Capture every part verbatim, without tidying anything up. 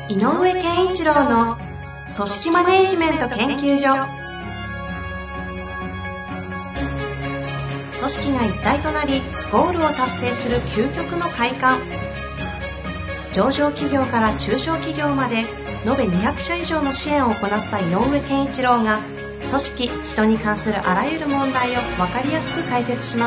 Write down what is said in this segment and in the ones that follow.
井上健一郎の組織マネジメント研究所。組織が一体となりゴールを達成する究極の快感。上場企業から中小企業まで延べにひゃくしゃ以上の支援を行った井上健一郎が、組織・人に関するあらゆる問題を分かりやすく解説します。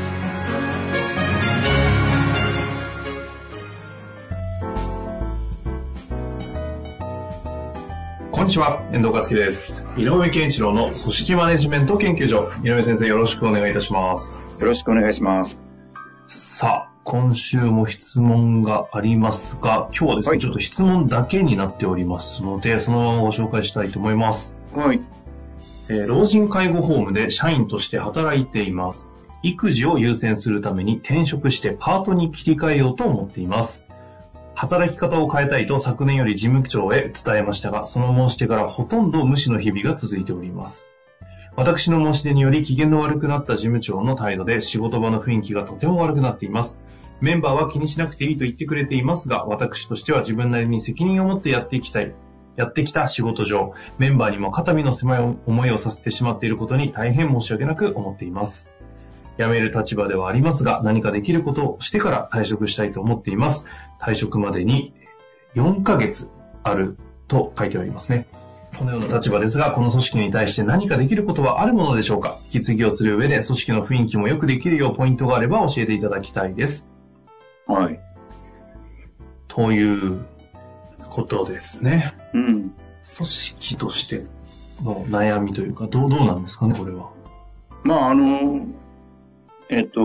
こんにちは、遠藤和樹です。井上健一郎の組織マネジメント研究所。井上先生、よろしくお願いいたします。 よろしくお願いします。 さあ、今週も質問がありますが、今日はですね、はい、ちょっと質問だけになっておりますので、そのままご紹介したいと思います。 はい。 えー、老人介護ホームで社員として働いています。育児を優先するために転職してパートに切り替えようと思っています。働き方を変えたいと昨年より事務長へ伝えましたが、その申し出からほとんど無視の日々が続いております。私の申し出により機嫌の悪くなった事務長の態度で仕事場の雰囲気がとても悪くなっています。メンバーは気にしなくていいと言ってくれていますが、私としては自分なりに責任を持ってやっていきたい。やってきた仕事上、メンバーにも肩身の狭い思いをさせてしまっていることに大変申し訳なく思っています。辞める立場ではありますが、何かできることをしてから退職したいと思っています。退職までによんかげつあると書いてありますね。このような立場ですが、この組織に対して何かできることはあるものでしょうか。引き継ぎをする上で組織の雰囲気もよくできるようポイントがあれば教えていただきたいです。 はい。 ということですね。 うん。 組織としての悩みというか、どう、どうなんですかね、これは。 まあ、あの、えっと、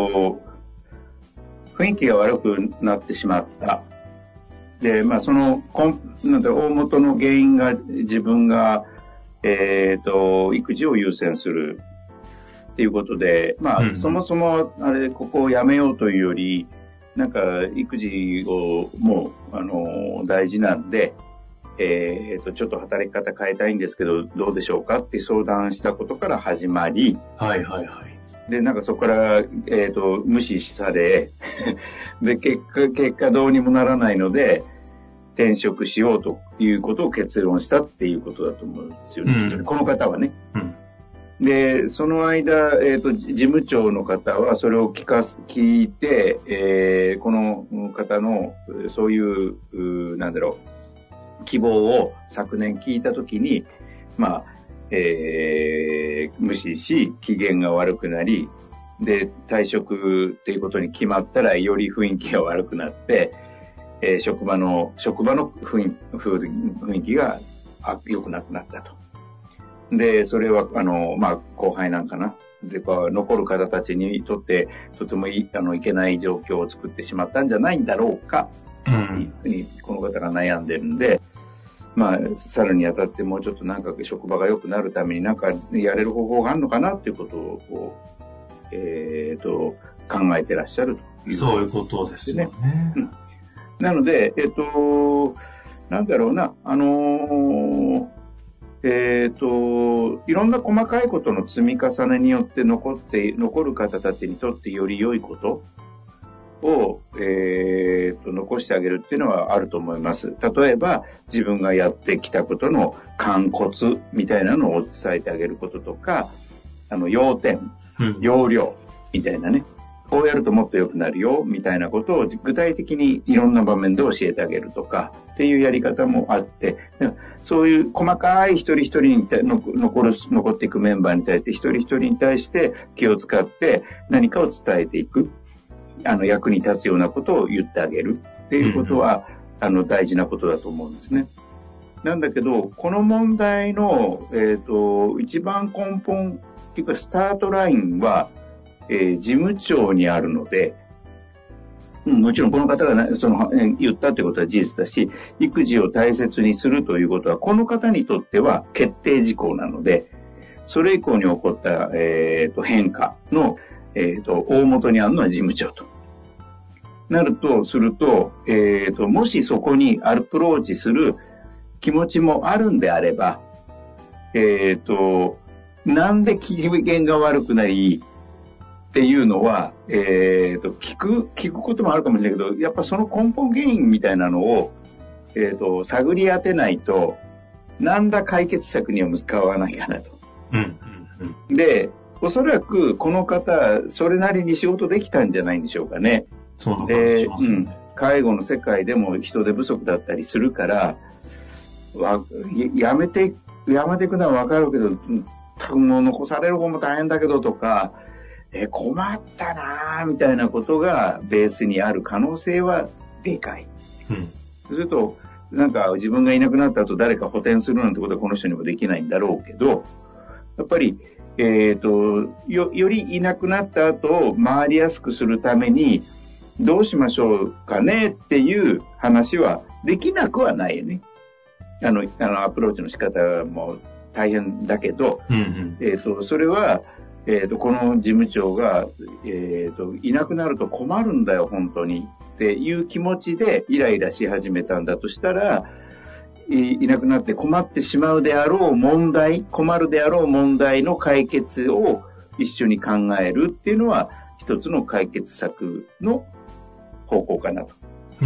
雰囲気が悪くなってしまった。で、まあ、その、なんだ、大元の原因が自分が、えっと、育児を優先するっていうことで、まあ、うん、そもそも、あれ、ここをやめようというより、なんか、育児をもう、あの、大事なんで、えっと、ちょっと働き方変えたいんですけど、どうでしょうかって相談したことから始まり、 はいはいはい。 で、なんかそこから、えっと、無視され、で、結果、結果どうにもならないので、転職しようということを結論したっていうことだと思うんですよね。うん、この方はね。うん、で、その間、えっと、事務長の方はそれを聞かす、聞いて、えー、この方の、そういう、うなんだろう、希望を昨年聞いたときに、まあ、えー、無視し、機嫌が悪くなり、で、退職っていうことに決まったら、より雰囲気が悪くなって、えー、職場の、職場の雰囲雰囲気が良くなくなったと。で、それは、あの、まあ、後輩なんかな。で、残る方たちにとって、とてもい、あの、いけない状況を作ってしまったんじゃないんだろうか、というふうに、この方が悩んでるんで、まあ、さらにあたってもうちょっとなんか職場が良くなるためになんかやれる方法があるのかなっていうことを、こう、えっと、考えてらっしゃるという、ね。 そういうことですね。 うん、なので、えっと、なんだろうな、あのえっと、いろんな細かいことの積み重ねによって残って、残る方たちにとってより良いことを、えー、と残してあげるっていうのはあると思います。例えば自分がやってきたことの肝骨みたいなのを伝えてあげることとか、あの要点、要領みたいなね、こうやるともっと良くなるよみたいなことを具体的にいろんな場面で教えてあげるとかっていうやり方もあって、そういう細かい一人一人に残る残っていくメンバーに対して一人一人に対して気を使って何かを伝えていく。あの役に立つようなことを言ってあげるっていうことは、うん、あの大事なことだと思うんですね。なんだけど、この問題の、えっと、一番根本っていうかスタートラインは、えー、事務長にあるので、うん、もちろんこの方がその言ったということは事実だし、育児を大切にするということはこの方にとっては決定事項なので、それ以降に起こった、えー、と変化のえっと、大元にあるのは事務長と。なると、すると、えっと、もしそこにアプローチする気持ちもあるんであれば、えっと、なんで機嫌が悪くなりっていうのは、えっと、聞く、聞くこともあるかもしれないけど、やっぱその根本原因みたいなのを、 えーと、探り当てないと、何ら解決策には向かわないかなと。 うんうんうん、 で、おそらくこの方、それなりに仕事できたんじゃないんでしょうかね。 そんな感じしますよね。 うん、介護の世界でも人手不足だったりするから、わやめて、やめていくのは分かるけど、多分もう残される方も大変だけどとか、え困ったなみたいなことがベースにある可能性はでかい。 うん、 そうすると、なんか自分がいなくなった後誰か補填するなんてことはこの人にもできないんだろうけど、やっぱり、えっと、よ、よりいなくなった後を回りやすくするために、どうしましょうかねっていう話はできなくはないよね。あの、あの、アプローチの仕方も大変だけど、 うんうん、 えっと、それは、えっと、この事務長が、えっと、いなくなると困るんだよ、本当に。っていう気持ちでイライラし始めたんだとしたら、い、いなくなって困ってしまうであろう問題、困るであろう問題の解決を一緒に考えるっていうのは、一つの解決策の方向かなと、うん、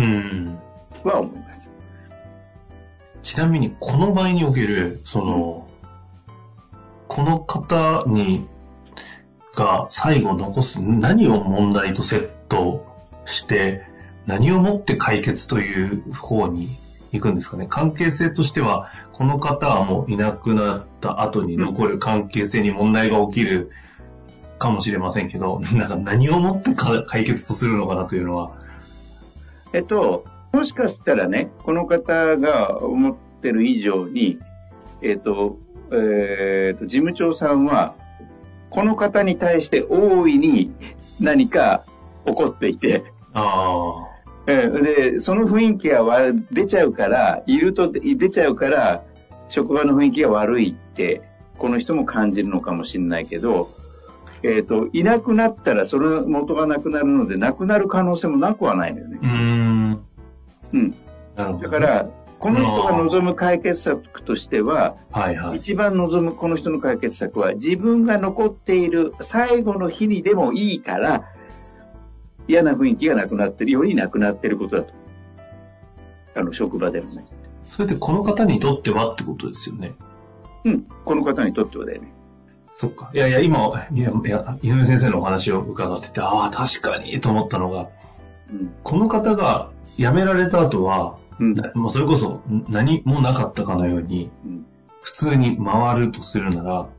は思います。 ちなみにこの場合におけるその、うん、この方にが最後残す何を問題とセットして何をもって解決という方に行くんですかね。関係性としてはこの方はもういなくなった後に残る関係性に問題が起きるかもしれませんけど、なんか何をもって解決とするのかなというのは、 えっともしかしたらね、この方が思ってる以上に、えっと、えー、と事務長さんはこの方に対して大いに何か起こっていて、 あでその雰囲気が出ちゃうから、いると出ちゃうから職場の雰囲気が悪いってこの人も感じるのかもしれないけど、えー、といなくなったらその元がなくなるので、なくなる可能性もなくはないのよね。 うーんうん、 なるほど。 だからこの人が望む解決策としては、 はいはい、 一番望むこの人の解決策は、自分が残っている最後の日にでもいいから嫌な雰囲気がなくなってるよりなくなってることだと。あの職場でもね。 それってこの方にとってはってことですよね。 うん、この方にとってはだよね。 そっか。いやいや、今、いや、いや井上先生のお話を伺ってて、ああ、確かにと思ったのが、うん、この方が辞められた後は、うん、もうそれこそ何もなかったかのように、うん、普通に回るとするなら、はい、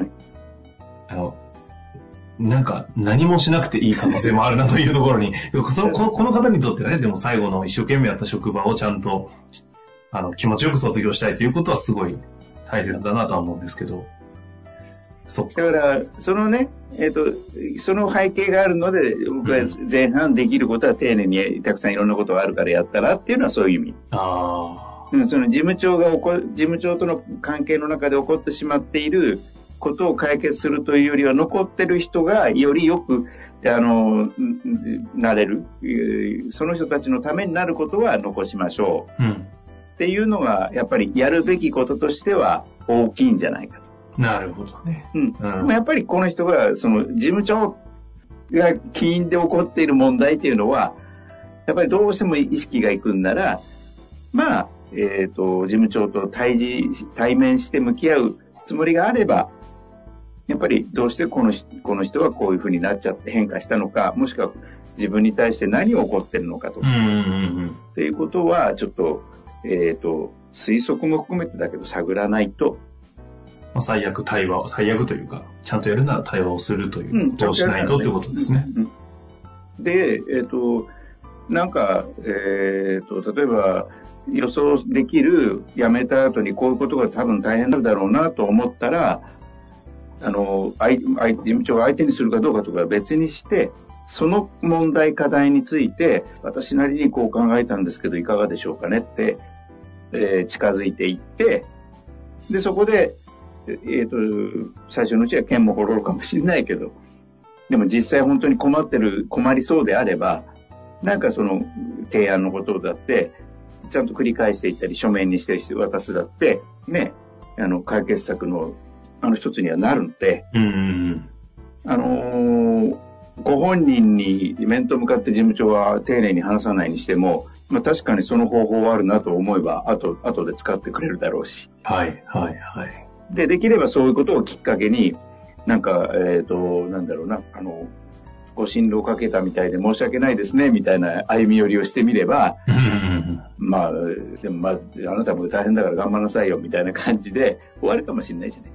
あのなんか何もしなくていい可能性もあるなというところにそのこの、この方にとってはね、でも最後の一生懸命やった職場をちゃんとあの気持ちよく卒業したいということはすごい大切だなとは思うんですけど、 そっか。だからそのね、えっとその背景があるので、僕は前半できることは丁寧にたくさんいろんなことがあるからやったらっていうのはそういう意味。 ああ。 うん、その事務長が起こ事務長との関係の中で起こってしまっていることを解決するというよりは、残ってる人がよりよくあのなれる、その人たちのためになることは残しましょう、うん、っていうのがやっぱりやるべきこととしては大きいんじゃないかと。 なるほどね。 うん。でもやっぱりこの人がその事務長が起因で起こっている問題っていうのは、やっぱりどうしても意識がいくんなら、まあえっと事務長と対峙対面して向き合うつもりがあれば、やっぱりどうしてこのこの人はこういうふうになっちゃって変化したのか、もしくは自分に対して何が起こってるのかとか、うんうんうん、っていうことはちょっとえっと推測も含めてだけど探らないと。 最悪対話を、最悪というか、ちゃんとやるなら対話をするということをしないとということですね。 うんうんうん、で、えっと、なんか、えっと、例えば予想できる辞めた後にこういうことが多分大変なんだろうなと思ったら、あの、事務長が相手にするかどうかとかは別にして、その問題課題について、私なりにこう考えたんですけどいかがでしょうかねって、えー、近づいていって、で、そこで、えっと、最初のうちは剣もほろろかもしれないけど、でも実際本当に困ってる、困りそうであれば、なんかその提案のことだって、ちゃんと繰り返していったり、書面にして渡すだって、ね、あの、解決策の、あの一つにはなるので、 うんうんうん、 あのー、ご本人に面と向かって事務長は丁寧に話さないにしても、 まあ確かにその方法はあるなと思えば、あと、後で使ってくれるだろうし。 はい、はい、はい。 で、できればそういうことをきっかけに、なんか、えっと、なんだろうな、あの、ご心労かけたみたいで申し訳ないですね、みたいな歩み寄りをしてみれば、まあ、でもまあ、あなたも大変だから頑張らなさいよ、みたいな感じで終わるかもしれないじゃない。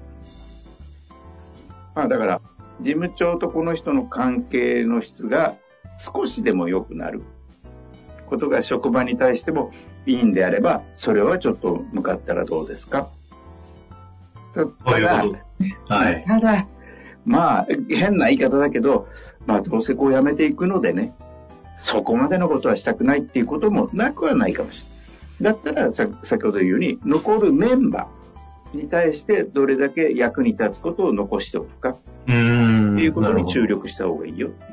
まあだから、事務長とこの人の関係の質が少しでも良くなることが職場に対してもいいんであれば、それはちょっと向かったらどうですか。ただ、はい、ただ、まあ、変な言い方だけど、まあ、どうせこうやめていくのでね、そこまでのことはしたくないっていうこともなくはないかもしれない。だったら、さ先ほど言うように、残るメンバーに対してどれだけ役に立つことを残しておくか、っていうことに注力した方がいいよっていう。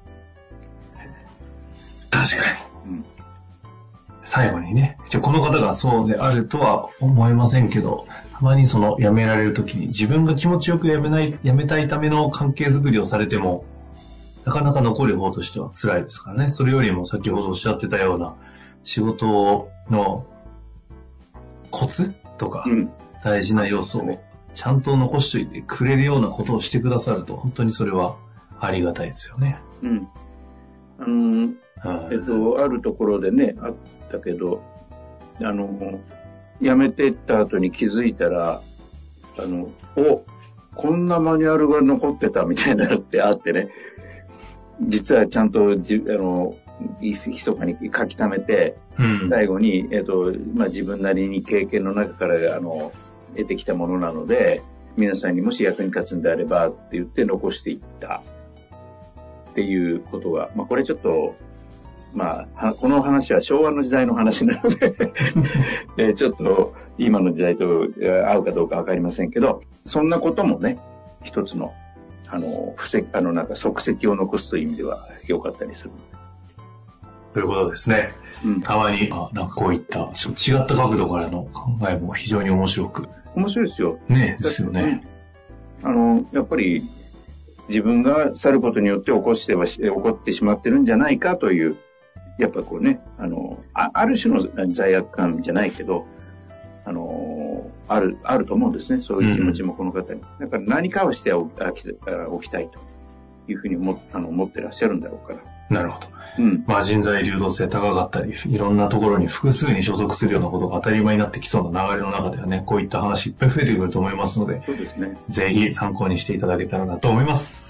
確かに。うん、最後にね、じゃこの方がそうであるとは思いませんけど、たまにその辞められるときに自分が気持ちよく辞めない、辞めたいための関係づくりをされても、なかなか残る方としては辛いですからね。それよりも先ほどおっしゃってたような仕事のコツとか大事な要素をちゃんと残しておいてくれるようなことをしてくださると、本当にそれはありがたいですよね。 うん。あの、えっと、あるところでね、あったけど、あの、辞めてった後に気づいたら、あの、お、こんなマニュアルが残ってたみたいなのってあってね、実はちゃんとじあの密かに書き溜めて、うん、最後に、えっとまあ、自分なりに経験の中からあの得てきたものなので、皆さんにもし役に立つんであればって言って残していったっていうことが、まあ、これちょっと、まあ、この話は昭和の時代の話なのでえちょっと今の時代と合うかどうかわかりませんけど、そんなこともね、一つのあの、布石、あの、なんか足跡を残すという意味では良かったりする。 ということですね。うん、たまに、あ、なんかこういった違った角度からの考えも非常に面白く。 面白いですよ。 ね、ですよね。 あの、やっぱり自分が去ることによって起こしては、起こってしまってるんじゃないかという、やっぱこうね、あの、あ, ある種の罪悪感じゃないけど、あの、ある、あると思うんですね。そういう気持ちもこの方に。うん、だから何かをしておきたいというふうに思、あの思ってらっしゃるんだろうから。 なるほど。うん。まあ人材流動性高かったり、いろんなところに複数に所属するようなことが当たり前になってきそうな流れの中ではね、こういった話いっぱい増えてくると思いますので、 そうですね。 ぜひ参考にしていただけたらなと思います。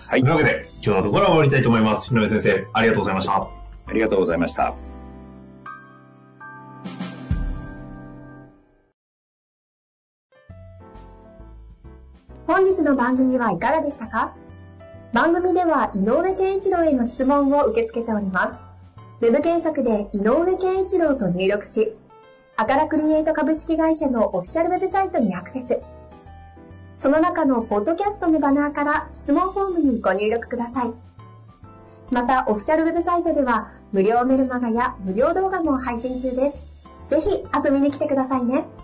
はい。 というわけで、今日のところは終わりたいと思います。井上先生、ありがとうございました。 ありがとうございました。 本日の番組はいかがでしたか？番組では井上健一郎への質問を受け付けております。ウェブ検索で井上健一郎と入力し、アカラクリエイト株式会社のオフィシャルウェブサイトにアクセス。その中のポッドキャストのバナーから質問フォームにご入力ください。また、オフィシャルウェブサイトでは無料メルマガや無料動画も配信中です。ぜひ遊びに来てくださいね。